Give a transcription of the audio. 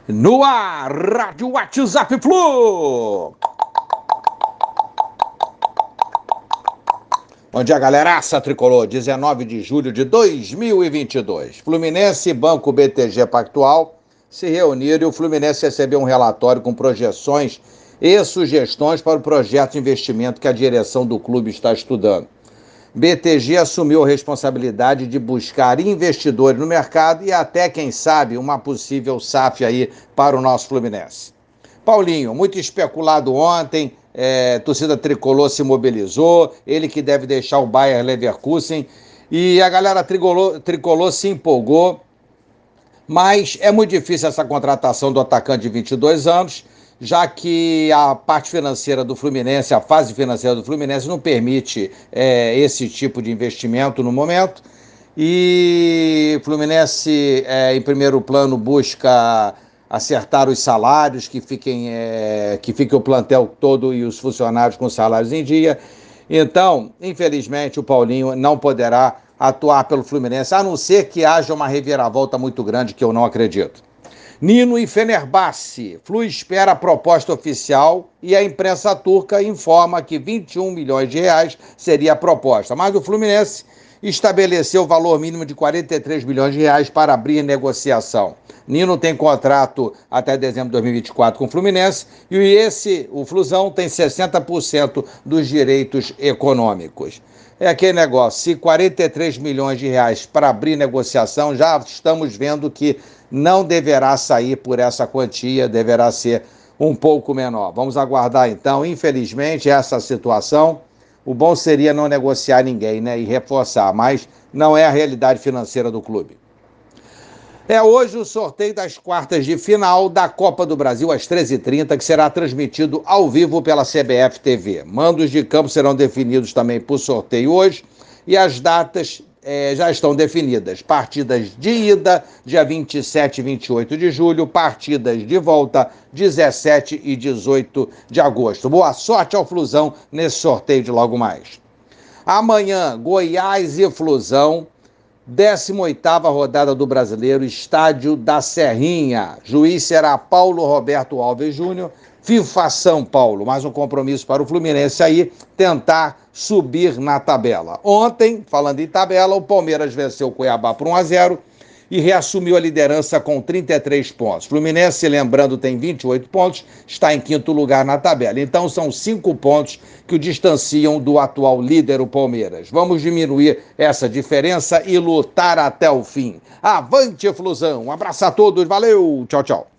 No ar, Rádio WhatsApp Flu. Bom dia, galeraça tricolor. 19 de julho de 2022. Fluminense e Banco BTG Pactual se reuniram e o Fluminense recebeu um relatório com projeções e sugestões para o projeto de investimento que a direção do clube está estudando. BTG assumiu a responsabilidade de buscar investidores no mercado e até, quem sabe, uma possível SAF aí para o nosso Fluminense. Paulinho, muito especulado ontem, torcida tricolor se mobilizou, ele que deve deixar o Bayer Leverkusen, e a galera tricolor se empolgou, mas é muito difícil essa contratação do atacante de 22 anos, já que a parte financeira do Fluminense, a fase financeira do Fluminense não permite esse tipo de investimento no momento. E o Fluminense, em primeiro plano, busca acertar os salários, que fique o plantel todo e os funcionários com salários em dia. Então, infelizmente, o Paulinho não poderá atuar pelo Fluminense, a não ser que haja uma reviravolta muito grande, que eu não acredito. Nino e Fenerbahçe. Flu espera a proposta oficial e a imprensa turca informa que 21 milhões de reais seria a proposta. Mas o Fluminense estabeleceu o valor mínimo de 43 milhões de reais para abrir negociação. Nino tem contrato até dezembro de 2024 com o Fluminense e o Flusão tem 60% dos direitos econômicos. É aquele negócio, se 43 milhões de reais para abrir negociação, já estamos vendo que não deverá sair por essa quantia, deverá ser um pouco menor. Vamos aguardar então, infelizmente, essa situação. O bom seria não negociar ninguém, né, e reforçar, mas não é a realidade financeira do clube. É hoje o sorteio das quartas de final da Copa do Brasil às 13h30, que será transmitido ao vivo pela CBF TV. Mandos de campo serão definidos também por sorteio hoje e as datas já estão definidas. Partidas de ida, dia 27 e 28 de julho, partidas de volta, 17 e 18 de agosto. Boa sorte ao Flusão nesse sorteio de logo mais. Amanhã, Goiás e Flusão, 18ª rodada do Brasileiro, Estádio da Serrinha. Juiz será Paulo Roberto Alves Júnior. FIFA São Paulo, mais um compromisso para o Fluminense aí, tentar subir na tabela. Ontem, falando em tabela, o Palmeiras venceu o Cuiabá por 1-0 e reassumiu a liderança com 33 pontos. Fluminense, lembrando, tem 28 pontos, está em quinto lugar na tabela. Então são 5 pontos que o distanciam do atual líder, o Palmeiras. Vamos diminuir essa diferença e lutar até o fim. Avante, Flusão! Um abraço a todos, valeu, tchau, tchau.